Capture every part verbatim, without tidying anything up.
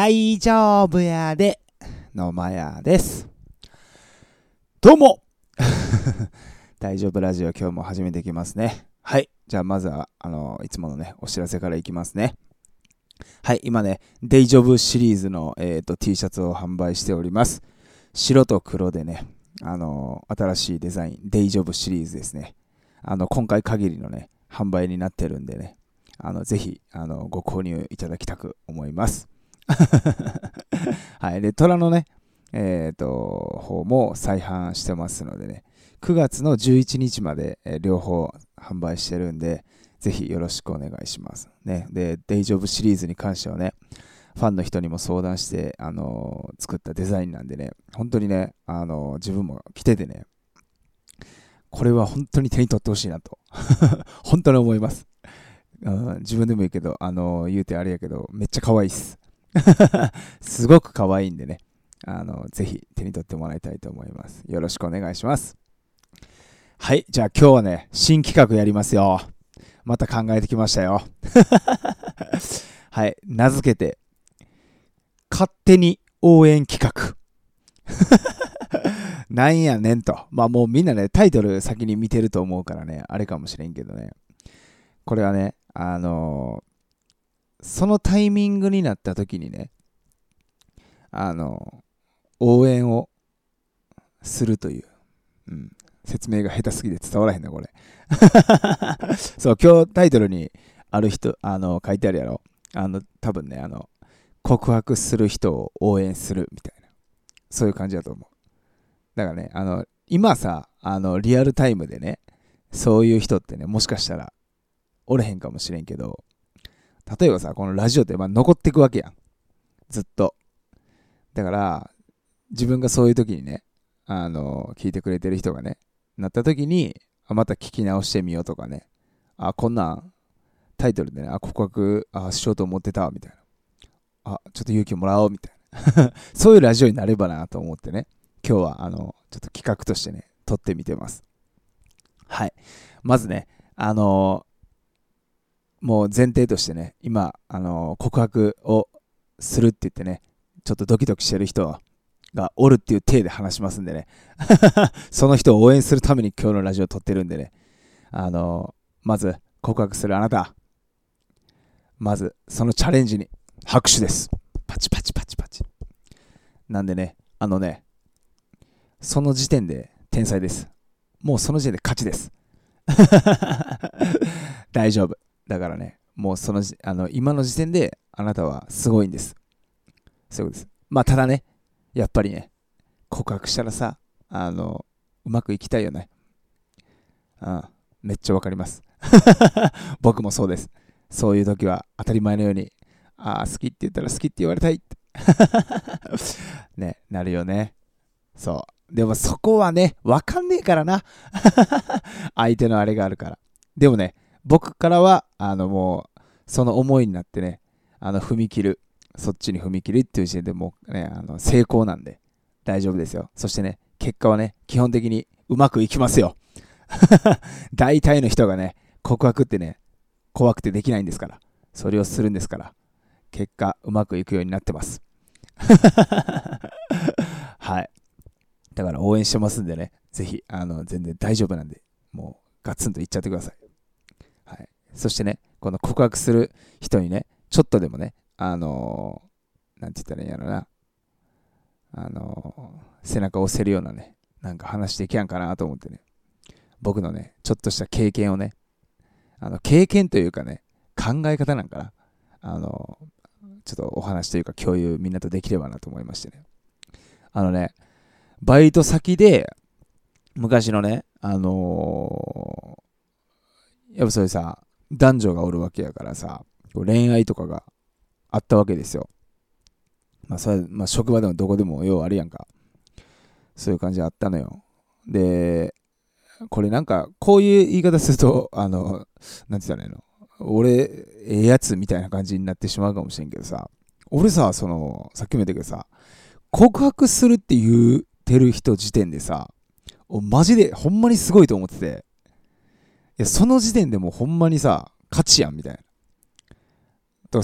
大丈夫やでのまやです。どうも大丈夫ラジオ、今日も始めていきますね。はい、じゃあまずはあのいつものねお知らせからいきますね。はい、今ねデイジョブシリーズの、えーと、T シャツを販売しております。白と黒でね、あの新しいデザインデイジョブシリーズですね。あの今回限りのね販売になってるんでね、あのぜひあのご購入いただきたく思います。はい、で虎のねえっ、ー、と方も再販してますのでね、くがつのじゅういちにちまで、えー、両方販売してるんで、ぜひよろしくお願いしますね。でデイジョブシリーズに関してはね、ファンの人にも相談して、あのー、作ったデザインなんでね、本当にね、あのー、自分も着ててね、これは本当に手に取ってほしいなと本当に思います。うん、自分でも言うけど、あのー、言うてあれやけど、めっちゃ可愛いっすすごく可愛いんでね、あのぜひ手に取ってもらいたいと思います。よろしくお願いします。はい、じゃあ今日はね新企画やりますよ。また考えてきましたよはい、名付けて勝手に応援企画なんやねんと。まあもうみんなねタイトル先に見てると思うからね、あれかもしれんけどね、これはねあのー、そのタイミングになった時にね、あのー、応援をするという、うん、説明が下手すぎて伝わらへんなこれそう、今日タイトルにある人、あの書いてあるやろ、あの多分ね、あの告白する人を応援するみたいな、そういう感じだと思う。だからね、あの今さ、あのリアルタイムでね、そういう人ってね、もしかしたらおれへんかもしれんけど、例えばさ、このラジオってまあ残っていくわけやん、ずっと。だから自分がそういう時にね、あの聞いてくれてる人がねなった時に、あまた聞き直してみようとかね、あこんなんタイトルでね、あ告白あしようと思ってたみたいな、あちょっと勇気をもらおうみたいなそういうラジオになればなと思ってね、今日はあのちょっと企画としてね撮ってみてます。はい、まずね、あのー、もう前提としてね、今、あのー、告白をするって言ってね、ちょっとドキドキしてる人がおるっていう体で話しますんでねその人を応援するために今日のラジオを撮ってるんでね、あのー、まず告白するあなた、まずそのチャレンジに拍手です。パチパチパチパチ。なんでね、あのね、その時点で天才です。もうその時点で勝ちです大丈夫だからね、もうそのあの今の時点であなたはすごいんです。そういうことです。まあただね、やっぱりね、告白したらさ、あのうまくいきたいよね。うん、めっちゃわかります僕もそうです。そういう時は当たり前のように、ああ好きって言ったら好きって言われたいってね、なるよね。そう。でもそこはね、わかんねえからな相手のあれがあるから。でもね、僕からは、あのもう、その思いになってね、あの踏み切る。そっちに踏み切るっていう時点でもうね、あの成功なんで大丈夫ですよ。そしてね、結果はね、基本的にうまくいきますよ大体の人がね、告白ってね、怖くてできないんですから、それをするんですから、結果うまくいくようになってますはい、だから応援してますんでね、ぜひあの全然大丈夫なんで、もうガツンといっちゃってください。はい、そしてね、この告白する人にね、ちょっとでもね、あのー、なんて言ったらいいんやろな、あのー、背中を押せるようなね、なんか話できやんかなと思ってね、僕のね、ちょっとした経験をね、あの経験というかね、考え方なんかな、あのちょっとお話というか共有みんなとできればなと思いましてね。あのね、バイト先で昔のね、あのー、やっぱそういうさ、男女がおるわけやからさ、恋愛とかがあったわけですよ。まあそれ、まあ、職場でもどこでもようあるやんか。そういう感じあったのよ。で、これなんかこういう言い方すると、あのなんて言ったらいいの、俺ええやつみたいな感じになってしまうかもしれんけどさ、俺さ、そのさっきも言ったけどさ、告白するって言うてる人時点でさ、マジでほんまにすごいと思ってて、いやその時点でもうほんまにさ勝ちやんみたいな。だからサッ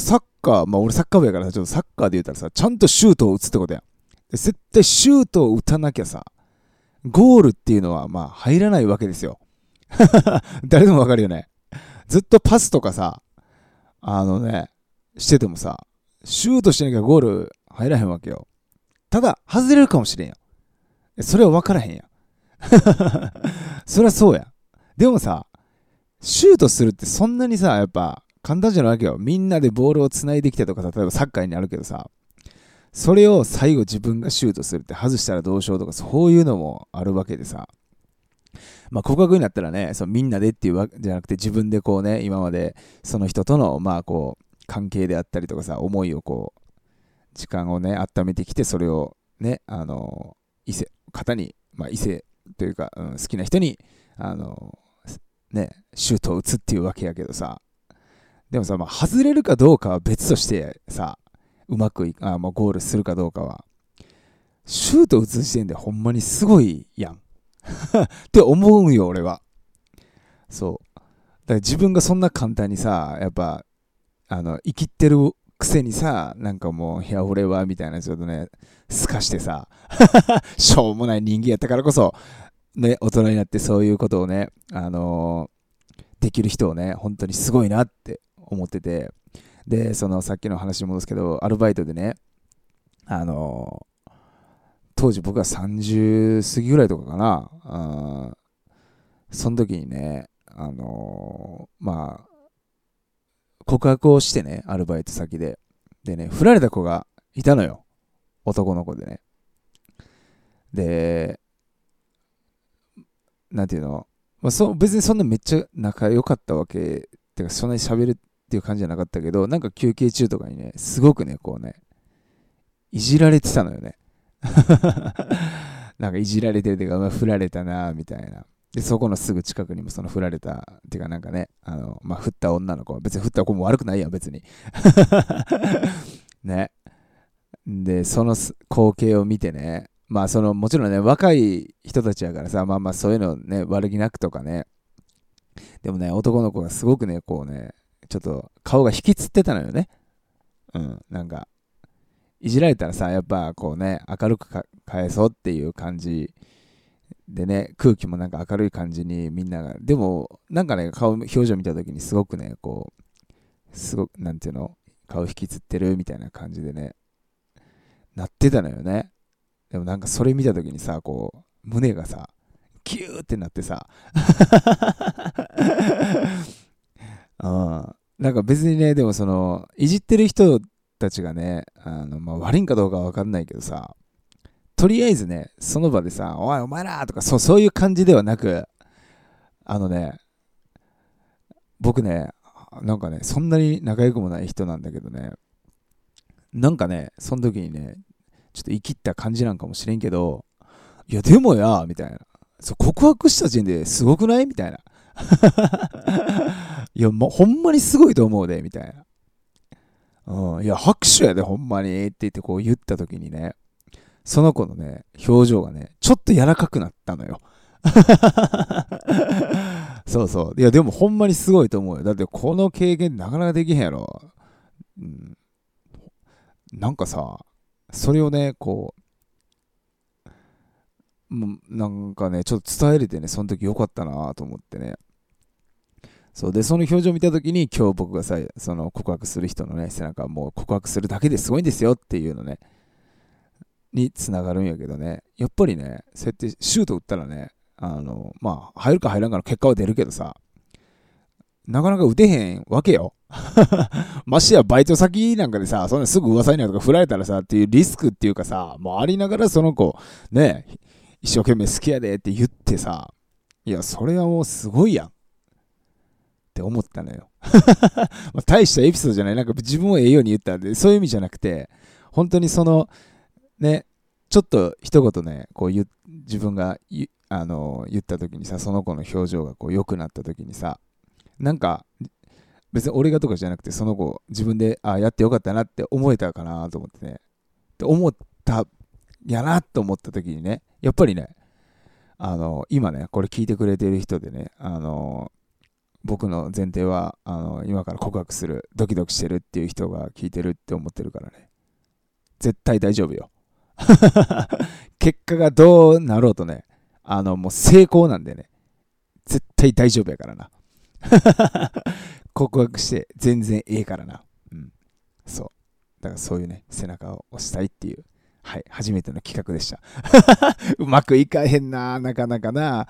カー、まあ俺サッカー部やからさ、ちょっとサッカーで言ったらさ、ちゃんとシュートを打つってことや。で絶対シュートを打たなきゃさ、ゴールっていうのはまあ入らないわけですよ。誰でもわかるよね。ずっとパスとかさ、あのね、しててもさ、シュートしてなきゃゴール入らへんわけよ。ただ、外れるかもしれんやん。それは分からへんやん。そりゃそうや。でもさ、シュートするってそんなにさ、やっぱ簡単じゃないわけよ。みんなでボールを繋いできてとかさ、例えばサッカーになるけどさ、それを最後自分がシュートするって外したらどうしようとか、そういうのもあるわけでさ。まあ告白になったらね、そうみんなでっていうわけじゃなくて、自分でこうね、今までその人とのまあこう関係であったりとかさ、思いをこう時間をね温めてきて、それをね、あの異性方に、まあ異性というか、うん、好きな人にあのねシュートを打つっていうわけやけどさ、でもさ、まあ、外れるかどうかは別としてさ、うまくいあ、まあ、ゴールするかどうかは、シュート打つ時点でほんまにすごいやんって思うよ俺は。そうだから自分がそんな簡単にさ、やっぱあの生きってるくせにさ、なんかもういや俺はみたいな、ちょっとねすかしてさしょうもない人間やったからこそね、大人になってそういうことをね、あのーできる人をね、本当にすごいなって思ってて、でそのさっきの話に戻すけど、アルバイトでね、あのー当時僕はさんじゅう過ぎぐらいとかかな、あその時にね、あのーまあ告白をしてね、アルバイト先ででね、振られた子がいたのよ、男の子でね。で、なんていうの、まあ、そ別にそんなめっちゃ仲良かったわけてか、そんなに喋るっていう感じじゃなかったけど、なんか休憩中とかにね、すごくね、こうね、いじられてたのよね。なんかいじられてるっていうか、まあ、振られたなみたいな。で、そこのすぐ近くにもその振られた、っていうかなんかね、あの、まあ、振った女の子、別に振った子も悪くないやん、別に。ね。で、その光景を見てね、まあ、その、もちろんね、若い人たちやからさ、まあまあ、そういうのね、悪気なくとかね、でもね、男の子がすごくね、こうね、ちょっと顔が引きつってたのよね。うん、なんか、いじられたらさ、やっぱこうね、明るくか返そうっていう感じでね、空気もなんか明るい感じにみんなが、でも、なんかね、顔、表情見た時にすごくね、こう、すごく、なんていうの、顔引きつってるみたいな感じでね、なってたのよね。でもなんかそれ見た時にさ、こう、胸がさ、キューってなってさ、うん、なんか別にね、でもその、いじってる人たちがね、あの、まあ、悪いんかどうかわかんないけどさ、とりあえずね、その場でさ、おい、お前らとか、そう、そういう感じではなく、あのね、僕ね、なんかね、そんなに仲良くもない人なんだけどね、なんかね、その時にね、ちょっと生きった感じなんかもしれんけど、いや、でもや、みたいな。そう告白した時点ですごくないみたいな。いや、もうほんまにすごいと思うで、みたいな。うん、いや、拍手やで、ほんまにって言ってこう言った時にね、その子のね、表情がね、ちょっと柔らかくなったのよ。そうそう。いや、でもほんまにすごいと思うよ。だってこの経験なかなかできへんやろ。うん、なんかさ、それをね、こう、もうなんかね、ちょっと伝えれてね、その時よかったなと思ってね。そうで、その表情を見た時に、今日僕がさ、その告白する人のね、背中、もう告白するだけですごいんですよっていうのね、につながるんやけどね、やっぱりね、そうやってシュート打ったらね、あの、まあ、入るか入らんかの結果は出るけどさ、なかなか打てへんわけよ。ましてやバイト先なんかでさ、そんなすぐ噂になるとか振られたらさ、っていうリスクっていうかさ、もうありながらその子、ね、一生懸命好きやでって言ってさ、いや、それはもうすごいやんって思ったのよ。まあ大したエピソードじゃない、なんか自分をええように言ったんで、そういう意味じゃなくて、本当にその、ね、ちょっと一言ね、こう言自分が言あの言った時にさ、その子の表情がこう良くなった時にさ、なんか別に俺がとかじゃなくて、その子自分であやってよかったなって思えたかなと思ってね、って思ったやなと思った時にね、やっぱりね、あの今ねこれ聞いてくれてる人でね、あの僕の前提はあの今から告白する、ドキドキしてるっていう人が聞いてるって思ってるからね。絶対大丈夫よ。結果がどうなろうとね、あのもう成功なんでね、絶対大丈夫やからな。告白して全然ええからな。うん。そう。だからそういうね、背中を押したいっていう、はい、初めての企画でした。うまくいかへんな、なかなかな。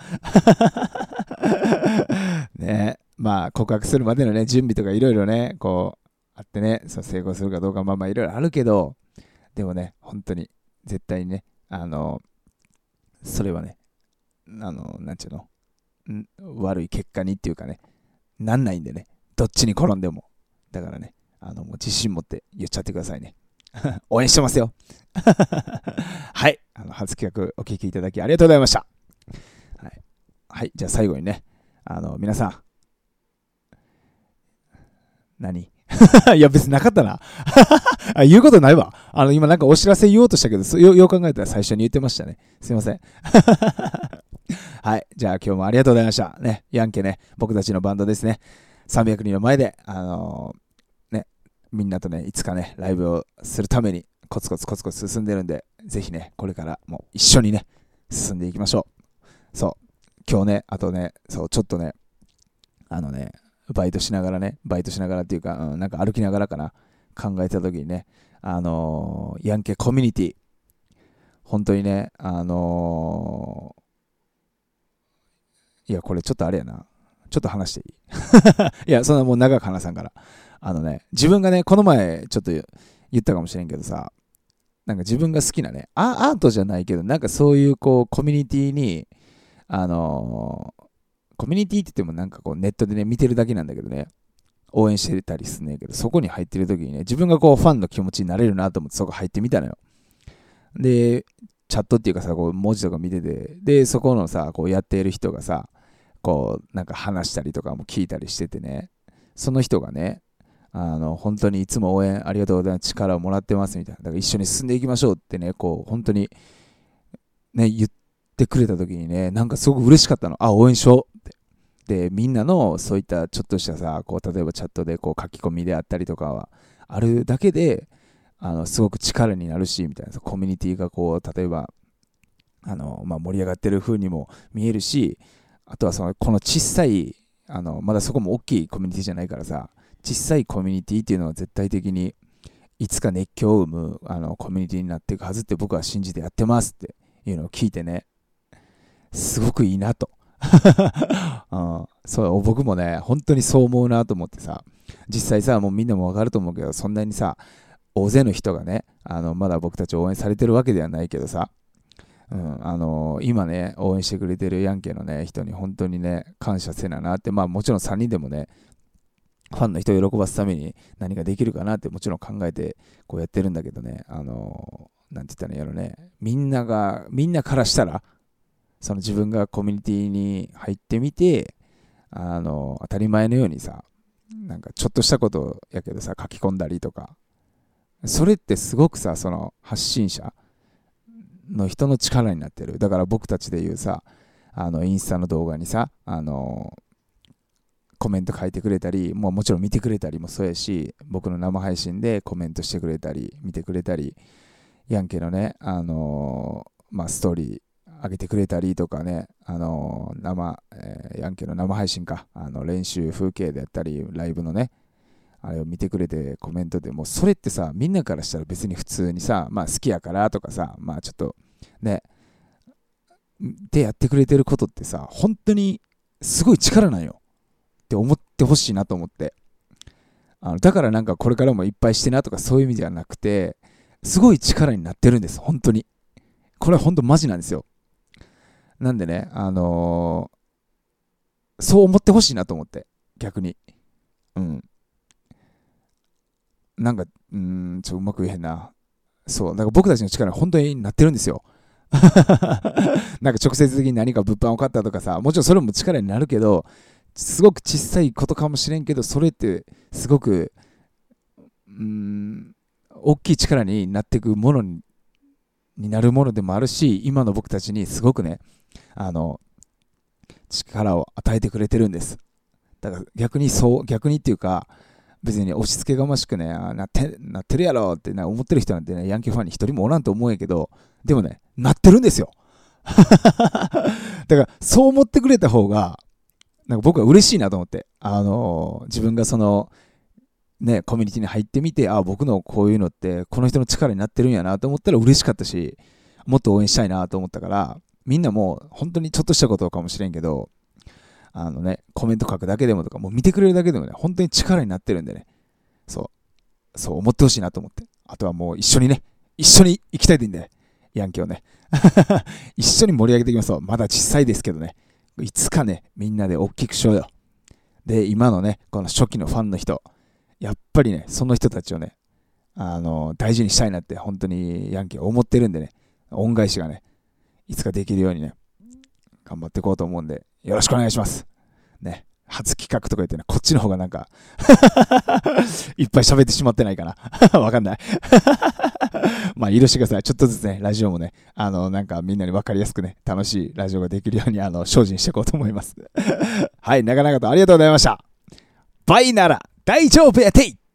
ね、まあ告白するまでのね、準備とかいろいろね、こう、あってね、そう成功するかどうか、まあまあいろいろあるけど、でもね、本当に、絶対にね、あの、それはね、あの、なんちゅうの、ん悪い結果にっていうかね、なんないんでね、どっちに転んでも。だからね、あの、もう自信持って言っちゃってくださいね。応援してますよ。はい、あの初企画お聞きいただきありがとうございました。はい、はい、じゃあ最後にね、あの、皆さん、何いや別になかったな。あ、言うことないわ。あの、今なんかお知らせ言おうとしたけど、よよう考えたら最初に言ってましたね。すいません。はい。じゃあ今日もありがとうございました。ね。ヤンケね、僕たちのバンドですね。さんびゃくにんの前で、あのーね、みんなとね、いつかね、ライブをするために、コツコツコツコツ進んでるんで、ぜひね、これからも一緒にね、進んでいきましょう。そう。今日ね、あとね、そう、ちょっとね、あのね、バイトしながらね、バイトしながらっていうか、うん、なんか歩きながらかな、考えた時にね、あのーヤンケコミュニティ、本当にね、あのーいや、これちょっとあれやな。ちょっと話していいいや、そんなもう長く話さんから。あのね、自分がね、この前ちょっと言ったかもしれんけどさ、なんか自分が好きなね、アートじゃないけど、なんかそういうこう、コミュニティに、あのーコミュニティって言ってもなんかこう、ネットでね、見てるだけなんだけどね、応援してたりすんねんけど、そこに入ってる時にね、自分がこう、ファンの気持ちになれるなと思ってそこ入ってみたのよ。で、チャットっていうかさ、こう文字とか見てて、で、そこのさ、こうやっている人がさ、こう、なんか話したりとかも聞いたりしててね、その人がね、あの、本当にいつも応援ありがとうございます、力をもらってますみたいな、だから一緒に進んでいきましょうってね、こう、本当にね、言ってくれた時にね、なんかすごく嬉しかったの。あ、応援しようって。で、みんなのそういったちょっとしたさ、こう、例えばチャットでこう書き込みであったりとかは、あるだけで、あの、すごく力になるし、みたいな、コミュニティがこう、例えば、あの、まあ、盛り上がってる風にも見えるし、あとはその、この小さい、あの、まだそこも大きいコミュニティじゃないからさ、小さいコミュニティっていうのは絶対的にいつか熱狂を生むあのコミュニティになっていくはずって僕は信じてやってますっていうのを聞いてね、すごくいいなと。うん、そう僕もね、本当にそう思うなと思ってさ、実際さ、もうみんなもわかると思うけど、そんなにさ、大勢の人がね、あのまだ僕たちを応援されてるわけではないけどさ、うん、あのー今ね、応援してくれてるヤンケーのね、人に本当にね、感謝せななって、まあもちろんさんにんでもね、ファンの人を喜ばすために何ができるかなってもちろん考えてこうやってるんだけどね、あのーなんて言ったらいいんやろね、みんなが、みんなからしたら、その自分がコミュニティに入ってみて、あのー当たり前のようにさ、なんかちょっとしたことやけどさ、書き込んだりとか、それってすごくさ、その発信者の人の力になってる。だから僕たちで言うさ、あのインスタの動画にさ、あのコメント書いてくれたり、もうもちろん見てくれたりもそうやし、僕の生配信でコメントしてくれたり、見てくれたり、ヤンケのね、あのまあ、ストーリー上げてくれたりとかね、あの生、えーヤンケの生配信か、あの練習風景であったり、ライブのね、あれを見てくれてコメントでもうそれってさ、みんなからしたら別に普通にさ、まあ好きやからとかさ、まあちょっとね、でやってくれてることってさ、本当にすごい力なんよって思ってほしいなと思って。あのだからなんかこれからもいっぱいしてなとかそういう意味ではなくて、すごい力になってるんです、本当に。これは本当マジなんですよ。なんでね、あのーそう思ってほしいなと思って、逆に。うん。なんか、うーん、ちょっとうまく言えへんな。そう、だから僕たちの力は本当になってるんですよ。なんか直接的に何か物販を買ったとかさ、もちろんそれも力になるけど、すごく小さいことかもしれんけど、それってすごく、うーん、大きい力になっていくものにになるものでもあるし、今の僕たちにすごくね、あの、力を与えてくれてるんです。 だから逆にそう、逆にっていうか、別に押し付けがましくね、なって、なってるやろってな思ってる人なんてね、ヤンキーファンに一人もおらんと思うんやけど、でもね、なってるんですよ。だからそう思ってくれた方が、なんか僕は嬉しいなと思って、あのー自分がその、ね、コミュニティに入ってみて、あ、僕のこういうのってこの人の力になってるんやなと思ったら嬉しかったし、もっと応援したいなと思ったから、みんなもう本当にちょっとしたことかもしれんけど、あのね、コメント書くだけでもとか、もう見てくれるだけでもね、本当に力になってるんでね、そう、そう思ってほしいなと思って。あとはもう一緒にね、一緒に行きたいでいいんで、ヤンキーをね。一緒に盛り上げていきましょう。まだ小さいですけどね、いつかね、みんなで大きくしようよ。で、今のね、この初期のファンの人、やっぱりね、その人たちをね、あの、大事にしたいなって、本当にヤンキーは思ってるんでね、恩返しがね、いつかできるようにね、頑張っていこうと思うんで、よろしくお願いします。ね。初企画とか言ってね、こっちの方がなんかいっぱい喋ってしまってないかな。わかんない。まあ、許してください。ちょっとずつね、ラジオもね、あの、なんかみんなに分かりやすくね、楽しいラジオができるように、あの、精進していこうと思います。はい、長々とありがとうございました。バイなら大丈夫やてい。